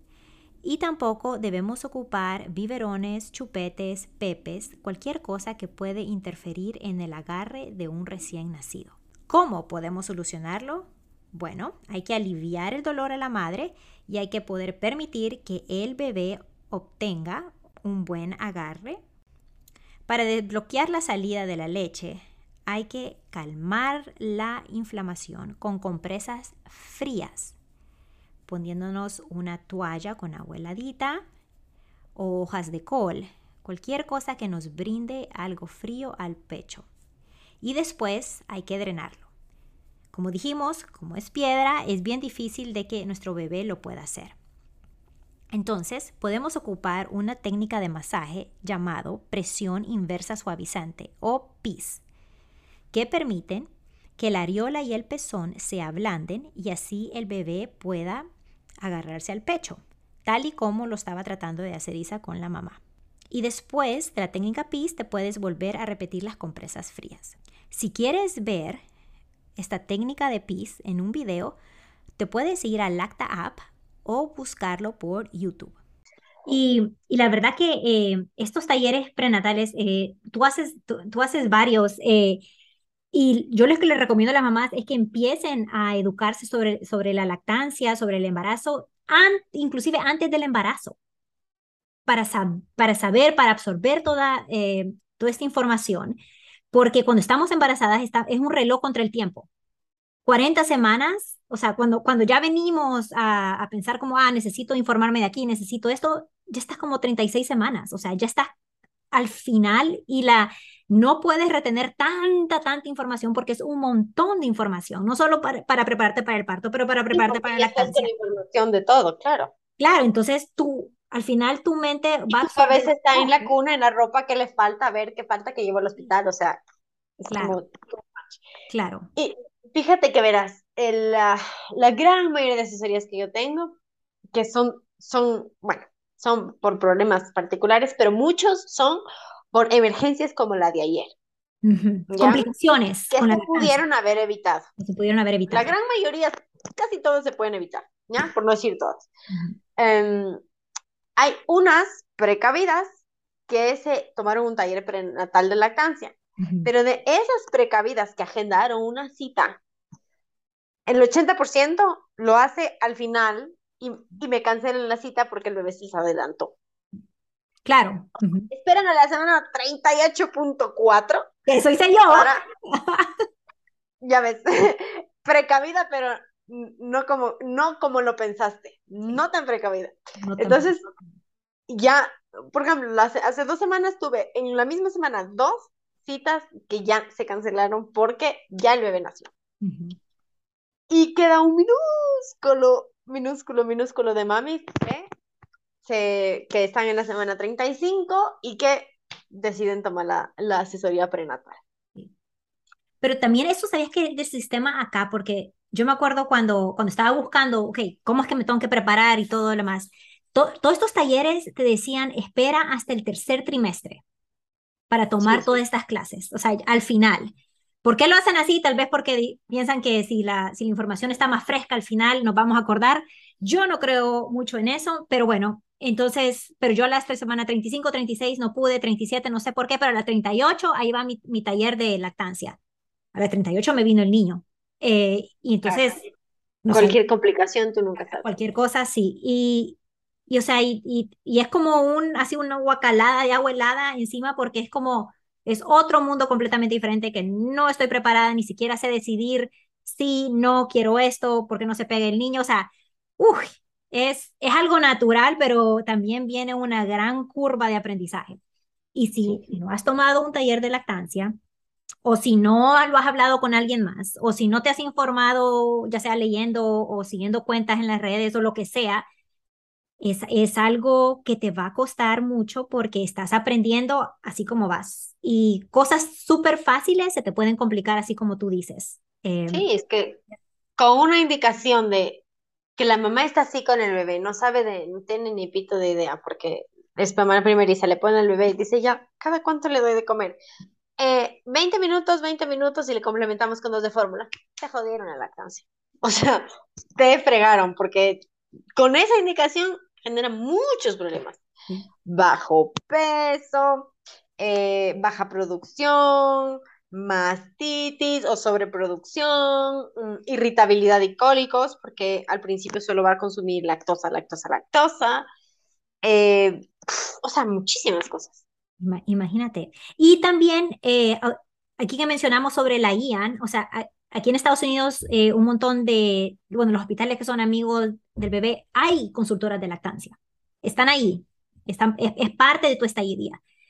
y tampoco debemos ocupar biberones, chupetes, pepes, cualquier cosa que puede interferir en el agarre de un recién nacido. ¿Cómo podemos solucionarlo? Bueno, hay que aliviar el dolor a la madre y hay que poder permitir que el bebé obtenga un buen agarre. Para desbloquear la salida de la leche, hay que calmar la inflamación con compresas frías, poniéndonos una toalla con agua heladita o hojas de col cualquier cosa que nos brinde algo frío al pecho. Y después hay que drenarlo. Como dijimos, como es piedra, es bien difícil de que nuestro bebé lo pueda hacer. Entonces, podemos ocupar una técnica de masaje llamado presión inversa suavizante o PIS, que permiten que la areola y el pezón se ablanden y así el bebé pueda agarrarse al pecho, tal y como lo estaba tratando de hacer Isa con la mamá. Y después de la técnica PIS te puedes volver a repetir las compresas frías. Si quieres ver esta técnica de PIS en un video, te puedes ir a Lacta App o buscarlo por YouTube. Y la verdad que estos talleres prenatales, tú haces varios, y yo lo que les recomiendo a las mamás es que empiecen a educarse sobre la lactancia, sobre el embarazo, inclusive antes del embarazo, para saber, para absorber toda esta información, porque cuando estamos embarazadas es un reloj contra el tiempo. 40 semanas, o sea, cuando ya venimos a pensar como, necesito informarme de aquí, necesito esto, ya estás como 36 semanas, o sea, ya estás al final no puedes retener tanta información porque es un montón de información, no solo para prepararte para el parto, pero para Sí, prepararte porque para la ya estás con lactancia. información de todo, claro. Claro, entonces al final tu mente Y va a tu absorber bebé se está en la poco. cuna, en la ropa que le falta, a ver qué falta que llevo al hospital, o sea, es Claro, como... claro. Y fíjate que verás, la gran mayoría de asesorías que yo tengo, que bueno, son por problemas particulares, pero muchos son por emergencias como la de ayer, Ujú. ¿ya? Complicaciones Que con la se lactancia, pudieron haber evitado. que se pudieron haber La evitado. gran mayoría, casi todos se pueden evitar, ¿ya? Por no decir todos. Ujú, Em, Hay unas precavidas que se tomaron un taller prenatal de lactancia, ujú. pero de esas precavidas que agendaron una cita, el 80% lo hace al final y me cancelan la cita porque el bebé se adelantó. Claro. Ujú. Esperan a la semana 38.4 Eso hice yo. para, ya ves, precavida, pero no como lo pensaste, Sí, no tan precavida. no tan Entonces, ya, por ejemplo, hace 2 semanas tuve en la misma semana 2 citas que ya se cancelaron porque ya el bebé nació. Ujú. Y queda un minúsculo de mamis que están en la semana 35 y que deciden tomar la asesoría prenatal. Sí. Pero también eso, ¿sabías que del sistema acá? Porque yo me acuerdo cuando estaba buscando, ok, ¿cómo es que me tengo que preparar y todo lo demás? Todos estos talleres te decían, espera hasta el tercer trimestre para tomar Sí, todas estas clases, o sea, al final. ¿Por qué lo hacen así? Tal vez porque piensan que si la información está más fresca al final nos vamos a acordar. Yo no creo mucho en eso, pero bueno, entonces, pero yo a la semana 35, 36 no pude, 37 no sé por qué, pero a la 38 ahí va mi taller de lactancia. A las 38 me vino el niño. Y claro. entonces, no sabía, Cualquier complicación tú nunca sabes. cualquier cosa, sí. O sea, y es como así una guacalada de agua helada encima porque es otro mundo completamente diferente que no estoy preparada, ni siquiera sé decidir si no quiero esto, porque no se pega el niño. O sea, uy, es algo natural, pero también viene una gran curva de aprendizaje. Y si Sí. no has tomado un taller de lactancia, o si no lo has hablado con alguien más, o si no te has informado, ya sea leyendo o siguiendo cuentas en las redes o lo que sea, es algo que te va a costar mucho porque estás aprendiendo así como vas. Y cosas súper fáciles se te pueden complicar así como tú dices. Sí, es que con una indicación de que la mamá está así con el bebé, no tiene ni pito de idea, porque es mamá primeriza, le pone al bebé y dice, ya, ¿cada cuánto le doy de comer? 20 minutos y le complementamos con 2 de fórmula. Te jodieron la lactancia. O sea, te fregaron, porque con esa indicación genera muchos problemas. Sí. Bajo peso, baja producción, mastitis o sobreproducción, irritabilidad y cólicos, porque al principio solo va a consumir lactosa. O sea, muchísimas cosas. Imagínate. Y también, aquí que mencionamos sobre la IAN, o sea, aquí en Estados Unidos, un montón bueno, los hospitales que son amigos del bebé, hay consultoras de lactancia. Están ahí, es parte de tu estadía.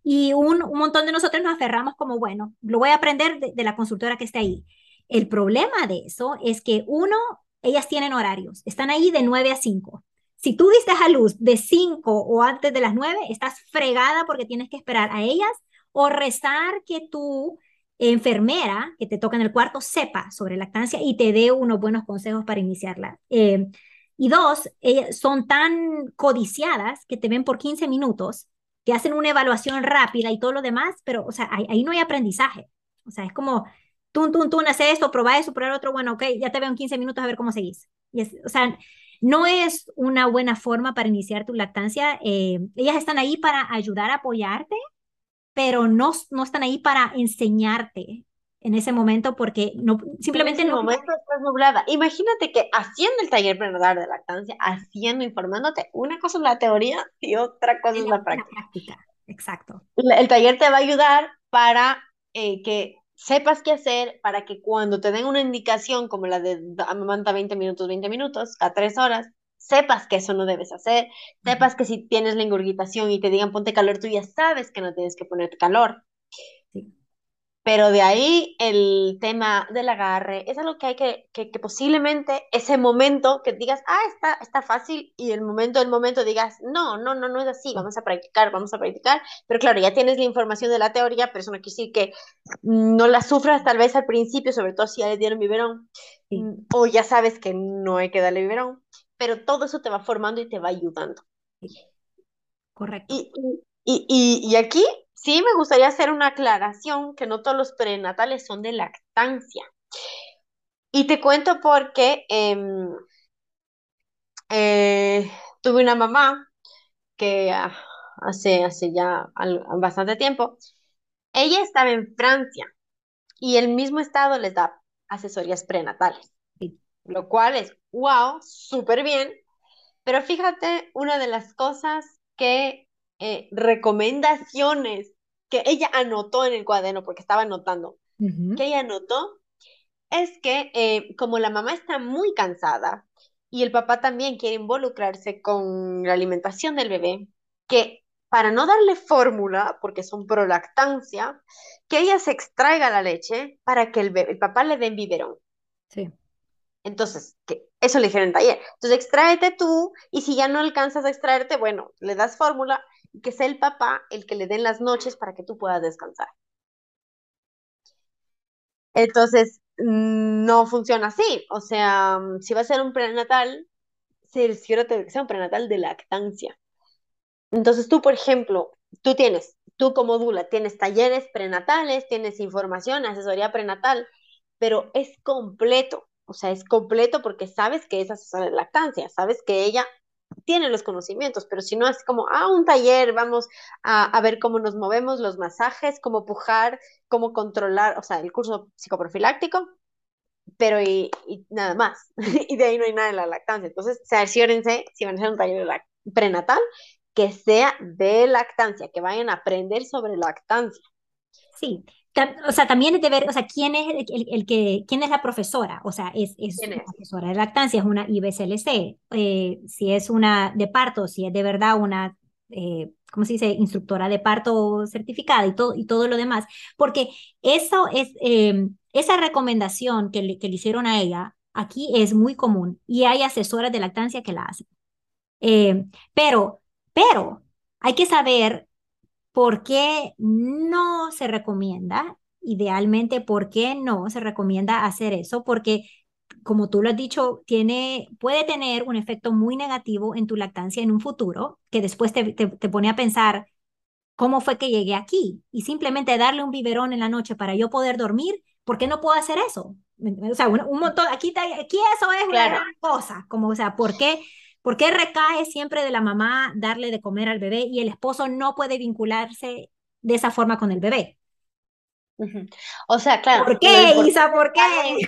Y un montón de nosotros nos aferramos como, bueno, lo voy a aprender de la consultora que está ahí. El problema de eso es que uno, ellas tienen horarios, están ahí de 9 a 5. Si tú diste a luz de 5 o antes de las 9, estás fregada porque tienes que esperar a ellas o rezar que tu enfermera que te toca en el cuarto sepa sobre lactancia y te dé unos buenos consejos para iniciarla. Y dos, ellas son tan codiciadas que te ven por 15 minutos, te hacen una evaluación rápida y todo lo demás, pero, o sea, ahí no hay aprendizaje. O sea, es como, tú, hace esto, probá eso, probá otro, bueno, ok, ya te veo en 15 minutos a ver cómo seguís. O sea, no es una buena forma para iniciar tu lactancia. Ellas están ahí para ayudar a apoyarte, pero no están ahí para enseñarte en ese momento porque no, En simplemente ese no. momento estás nublada. Imagínate que haciendo el taller prenatal de lactancia, haciendo, informándote, una cosa es la teoría y otra cosa Es es la, la es la práctica. práctica, exacto. El taller te va a ayudar para que sepas qué hacer, para que cuando te den una indicación como la de amamanta 20 minutos, a 3 horas, sepas que eso no debes hacer, Ujú. sepas que si tienes la ingurgitación y te digan ponte calor, tú ya sabes que no tienes que ponerte calor. Sí. Pero de ahí el tema del agarre es algo que hay que posiblemente ese momento que digas, está fácil, y el momento digas, no es así, vamos a practicar. Pero claro, ya tienes la información de la teoría, pero eso no quiere decir que no la sufras tal vez al principio, sobre todo si ya le dieron biberón, Sí, o ya sabes que no hay que darle biberón, pero todo eso te va formando y te va ayudando. sí, correcto. Y aquí sí me gustaría hacer una aclaración que no todos los prenatales son de lactancia. Y te cuento porque eh, tuve una mamá que hace ya bastante tiempo, ella estaba en Francia y el mismo estado les da asesorías prenatales, Sí. lo cual es, wow, súper bien. Pero fíjate, una de las cosas recomendaciones que ella anotó en el cuaderno, porque estaba anotando, Ujú. que ella anotó, es que como la mamá está muy cansada y el papá también quiere involucrarse con la alimentación del bebé, que para no darle fórmula, porque son prolactancia, que ella se extraiga la leche para que el papá le den biberón. Sí. Entonces, eso le dijeron en el taller. Entonces, extráete tú y si ya no alcanzas a extraerte, bueno, le das fórmula y que sea el papá el que le den las noches para que tú puedas descansar. Entonces, no funciona así. O sea, si va a ser un prenatal, cerciórate que sea un prenatal de lactancia. Entonces, tú, por ejemplo, tú como dula, tienes talleres prenatales, tienes información, asesoría prenatal, pero es completo. O sea, es completo porque sabes que es asesora de lactancia, sabes que ella tiene los conocimientos, pero si no es como, un taller, vamos a ver cómo nos movemos, los masajes, cómo pujar, cómo controlar, o sea, el curso psicoprofiláctico, pero y nada más. Y de ahí no hay nada en la lactancia. Entonces, cerciórense, si van a hacer un taller prenatal, que sea de lactancia, que vayan a aprender sobre lactancia. Sí, o sea, también es de ver, o sea, quién es quién es la profesora, o sea, es ¿Quién una es? profesora de lactancia, es una IBCLC, si es una de parto, si es de verdad una, ¿cómo se dice?, instructora de parto certificada y todo lo demás, porque eso es, esa recomendación que le hicieron a ella, aquí es muy común y hay asesoras de lactancia que la hacen. Eh, pero, pero, hay que saber ¿por qué no se recomienda? Idealmente, ¿por qué no se recomienda hacer eso? Porque, como tú lo has dicho, puede tener un efecto muy negativo en tu lactancia en un futuro, que después te pone a pensar, ¿cómo fue que llegué aquí? Y simplemente darle un biberón en la noche para yo poder dormir, ¿por qué no puedo hacer eso? O sea, un montón, aquí eso es una Claro. gran cosa, como, o sea, ¿por qué recae siempre de la mamá darle de comer al bebé y el esposo no puede vincularse de esa forma con el bebé? Ujú. O sea, claro, ¿Por qué, Isa? ¿Por qué?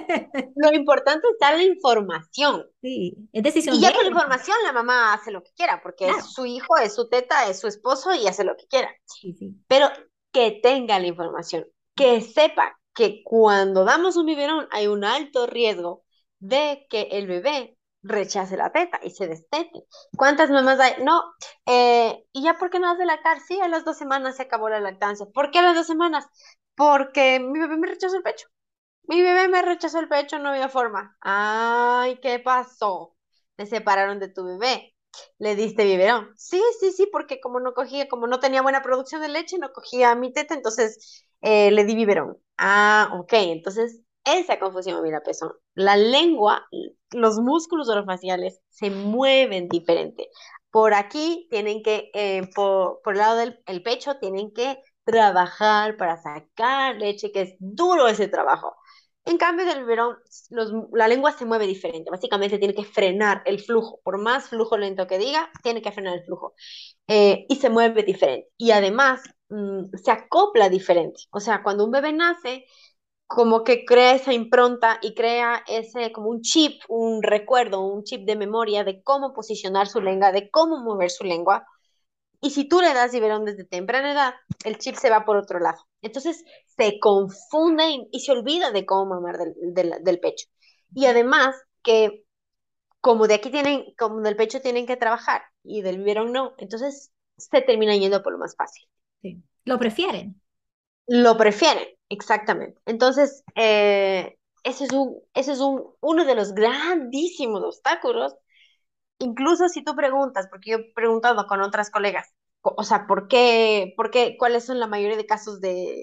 lo importante es darle información. Sí, es Y decisión de ya con la ella, información la mamá hace lo que quiera, porque es claro. su hijo, es su teta, es su esposo y hace lo que quiera. Sí, sí, Pero que tenga la información, que sepa que cuando damos un biberón hay un alto riesgo de que el bebé rechace la teta y se destete. ¿Cuántas mamás hay? No, ¿y ya por qué no has de lactar? Sí, a las 2 semanas se acabó la lactancia. ¿Por qué a las 2 semanas? Porque mi bebé me rechazó el pecho. Mi bebé me rechazó el pecho, no había forma. Ay, ¿qué pasó? Te separaron de tu bebé. ¿Le diste biberón? Sí, sí, sí, porque como no cogía, como no tenía buena producción de leche, no cogía mi teta, entonces le di biberón. Ah, ok, entonces esa confusión, mira, pezón. La lengua, los músculos orofaciales se mueven diferente. Por aquí tienen que, por el lado del el pecho, tienen que trabajar para sacar leche, que es duro ese trabajo. En cambio del biberón, la lengua se mueve diferente. Básicamente tiene que frenar el flujo. Por más flujo lento que diga, tiene que frenar el flujo. Y se mueve diferente. Y además, se acopla diferente. O sea, cuando un bebé nace, como que crea esa impronta y crea ese como un chip, un recuerdo, un chip de memoria de cómo posicionar su lengua, de cómo mover su lengua. Y si tú le das biberón desde temprana edad, el chip se va por otro lado. Entonces se confunde y se olvida de cómo mamar del pecho. Y además que como de aquí tienen, como del pecho tienen que trabajar y del biberón no, entonces se termina yendo por lo más fácil. Sí. Lo prefieren. Lo prefieren, exactamente. Entonces, ese es uno de los grandísimos obstáculos. Incluso si tú preguntas, porque yo he preguntado con otras colegas, o sea, cuáles son la mayoría de casos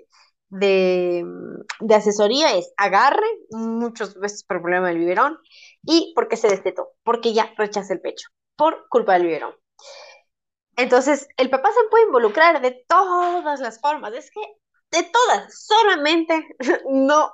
de asesoría? Es agarre, muchas veces por problema del biberón, y porque se destetó, porque ya rechaza el pecho, por culpa del biberón. Entonces, el papá se puede involucrar de todas las formas, es que de todas, solamente no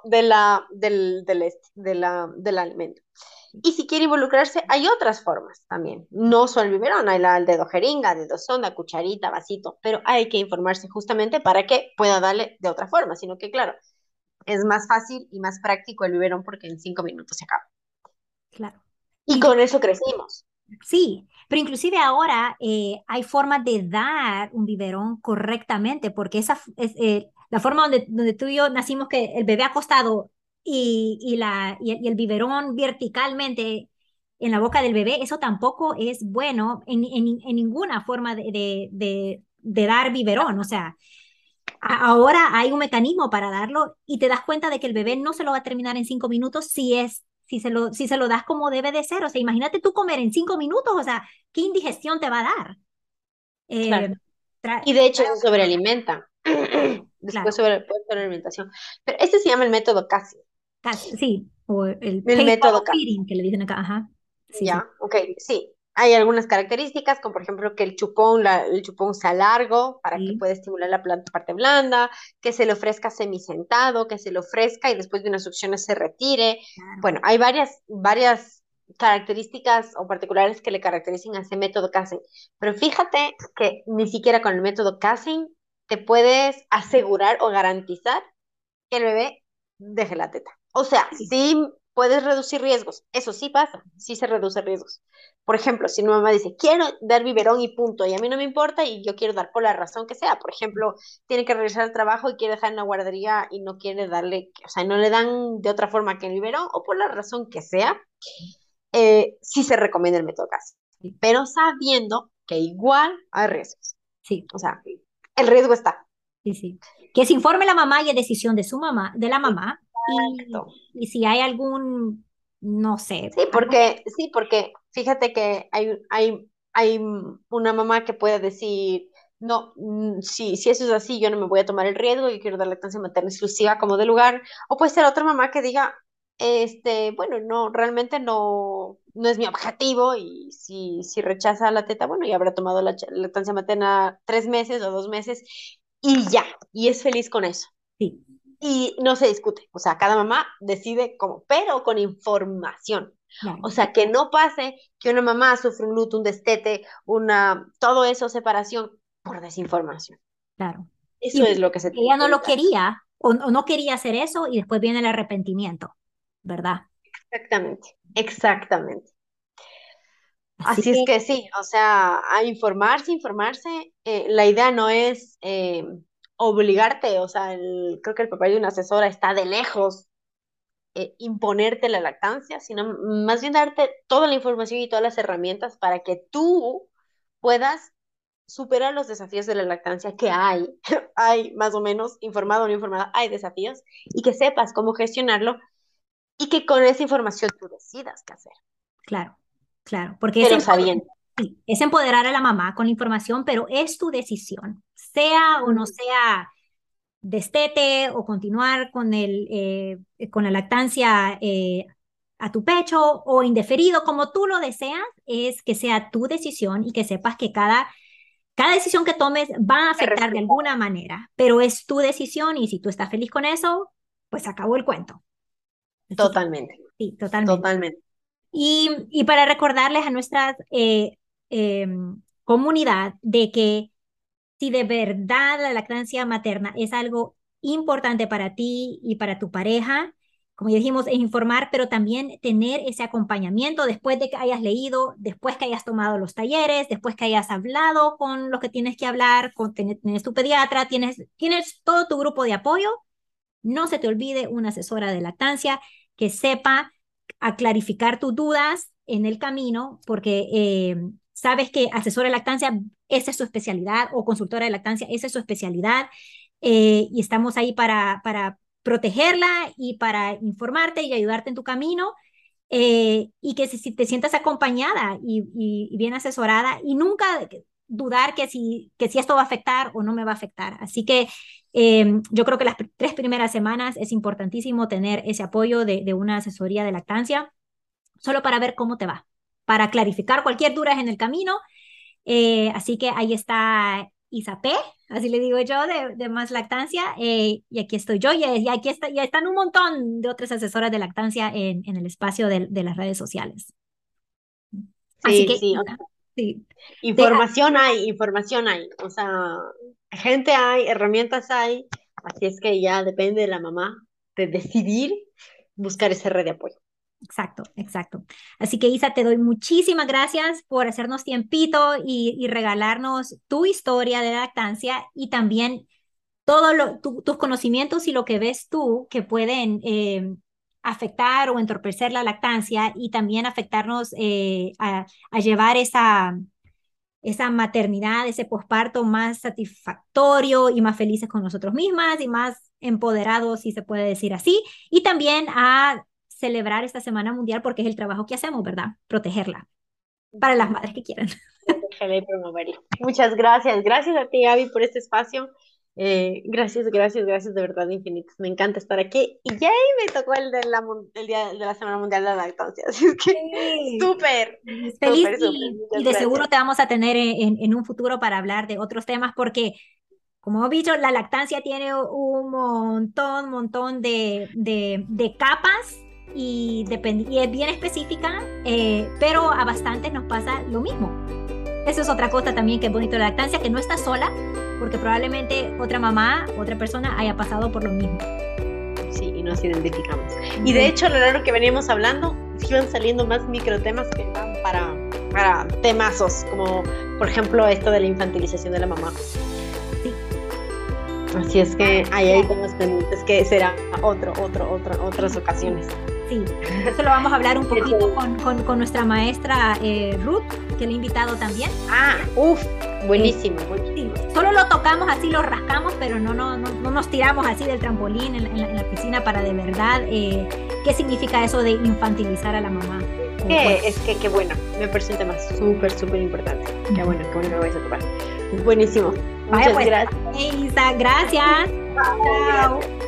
del alimento. Y si quiere involucrarse, hay otras formas también. No solo el biberón, hay el dedo jeringa, dedo sonda, cucharita, vasito, pero hay que informarse justamente para que pueda darle de otra forma, sino que claro, es más fácil y más práctico el biberón porque en 5 minutos se acaba. Claro. Y con eso crecimos. Sí, pero inclusive ahora hay formas de dar un biberón correctamente, porque esa es la forma donde tú y yo nacimos, que el bebé acostado y el biberón verticalmente en la boca del bebé, eso tampoco es bueno en ninguna forma de dar biberón. O sea, ahora hay un mecanismo para darlo y te das cuenta de que el bebé no se lo va a terminar en 5 minutos si se lo das como debe de ser. O sea, imagínate tú comer en 5 minutos, o sea, ¿qué indigestión te va a dar? Claro. Eh, Y tra- de hecho se sobrealimenta. Después claro, puede sobrealimentación. Pero este se llama el método CASI. sí, o el El pace método bottle CASI. feeding que le dicen acá, ajá, sí, sí, Ya, ok, sí. Hay algunas características, como por ejemplo que el chupón sea largo para que sí, pueda estimular la parte blanda, que se le ofrezca semisentado, que se le ofrezca y después de unas succiones se retire. claro, Bueno, hay varias características o particulares que le caracterizan a ese método Casey. Pero fíjate que ni siquiera con el método Casey te puedes asegurar o garantizar que el bebé deje la teta. O sea, sí, sí puedes reducir riesgos, eso sí pasa, sí se reduce riesgos. Por ejemplo, si una mamá dice, quiero dar biberón y punto, y a mí no me importa y yo quiero dar por la razón que sea, por ejemplo, tiene que regresar al trabajo y quiere dejar en la guardería y no quiere darle, o sea, no le dan de otra forma que el biberón o por la razón que sea, sí se recomienda el método CAS, sí, pero sabiendo que igual hay riesgos. sí, O sea, el riesgo está. sí, sí. Que se informe la mamá y es decisión de su mamá, de la mamá, Exacto. y si hay algún, no sé, Sí, porque fíjate que hay una mamá que puede decir, no, si eso es así, yo no me voy a tomar el riesgo, yo quiero dar lactancia materna exclusiva como de lugar. O puede ser otra mamá que diga, bueno, no, realmente no es mi objetivo y si rechaza la teta, bueno, ya habrá tomado la lactancia materna 3 meses o 2 meses y ya, y es feliz con eso sí, y no se discute. O sea, cada mamá decide cómo, pero con información. claro, O sea, que no pase que una mamá sufre un luto, un destete, todo eso, separación, por desinformación. claro. Eso es Y lo que se tiene ella que no lo evitar. quería o no quería hacer eso y después viene el arrepentimiento, ¿verdad? Exactamente, exactamente. Así Así es que que sí, o sea, a informarse, informarse. La idea no es obligarte, o sea, creo que el papel de una asesora está de lejos imponerte la lactancia, sino más bien darte toda la información y todas las herramientas para que tú puedas superar los desafíos de la lactancia que hay, hay más o menos, informado o no informado, hay desafíos, y que sepas cómo gestionarlo y que con esa información tú decidas qué hacer, Claro, claro, porque pero sabiendo. sí, es empoderar a la mamá con la información, pero es tu decisión, sea o no Mm. sea destete o continuar con la lactancia a tu pecho o indeferido, como tú lo deseas, es que sea tu decisión y que sepas que cada decisión que tomes va a Te afectar de respeto. alguna manera, pero es tu decisión y si tú estás feliz con eso, pues acabó el cuento. Así que Totalmente, sí, totalmente. totalmente. Y para recordarles a nuestra comunidad de que si de verdad la lactancia materna es algo importante para ti y para tu pareja, como ya dijimos, es informar, pero también tener ese acompañamiento después de que hayas leído, después que hayas tomado los talleres, después que hayas hablado con los que tienes que hablar, tienes tu pediatra, tienes todo tu grupo de apoyo. No se te olvide una asesora de lactancia que sepa a clarificar tus dudas en el camino, porque sabes que asesora de lactancia, esa es su especialidad, o consultora de lactancia, esa es su especialidad, y estamos ahí para protegerla y para informarte y ayudarte en tu camino, y que si te sientas acompañada y bien asesorada, y nunca dudar que si esto va a afectar o no me va a afectar. Así que yo creo que las 3 primeras semanas es importantísimo tener ese apoyo de una asesoría de lactancia, solo para ver cómo te va, para clarificar cualquier duda en el camino. Así que ahí está Isapé, así le digo yo, de Más Lactancia, y aquí estoy yo, y aquí ya están un montón de otras asesoras de lactancia en el espacio de las redes sociales. Así Sí, que, sí, Isa, sí, información hay, o sea, gente hay, herramientas hay, así es que ya depende de la mamá de decidir buscar esa red de apoyo. exacto, exacto. Así que Isa, te doy muchísimas gracias por hacernos tiempito y regalarnos tu historia de lactancia y también tus conocimientos y lo que ves tú que pueden afectar o entorpecer la lactancia y también afectarnos a llevar esa maternidad, ese posparto más satisfactorio y más felices con nosotros mismas y más empoderados, si se puede decir así, y también a celebrar esta Semana Mundial porque es el trabajo que hacemos, ¿verdad? Protegerla para las madres que quieran. Protegerla y promoverla. Muchas gracias, gracias a ti, Gaby, por este espacio. Gracias, gracias, gracias de verdad infinitas. Me encanta estar aquí. Y ya me tocó el día de la Semana Mundial de la Lactancia. Así es que Sí. súper, Feliz súper, súper. y Muchas de seguro gracias. te vamos a tener en un futuro para hablar de otros temas porque, como hemos dicho, la lactancia tiene un montón de capas y es bien específica, pero a bastantes nos pasa lo mismo. Eso es otra cosa también que es bonito de la lactancia, que no estás sola, porque probablemente otra mamá, otra persona haya pasado por lo mismo. Sí, y nos identificamos. Y de hecho, a lo largo que veníamos hablando, iban saliendo más microtemas que van para temazos, como por ejemplo esto de la infantilización de la mamá. Sí. Así es que ahí hay temas pendientes que será otras ocasiones. Sí, eso lo vamos a hablar un poquito con nuestra maestra Ruth, que le he invitado también. Buenísimo, Sí, solo lo tocamos así, lo rascamos, pero no nos tiramos así del trampolín en la piscina para de verdad qué significa eso de infantilizar a la mamá. Qué bueno, me parece un tema súper importante. Qué bueno que lo vais a tocar. Buenísimo. Muchas gracias. Isa, gracias. Chao.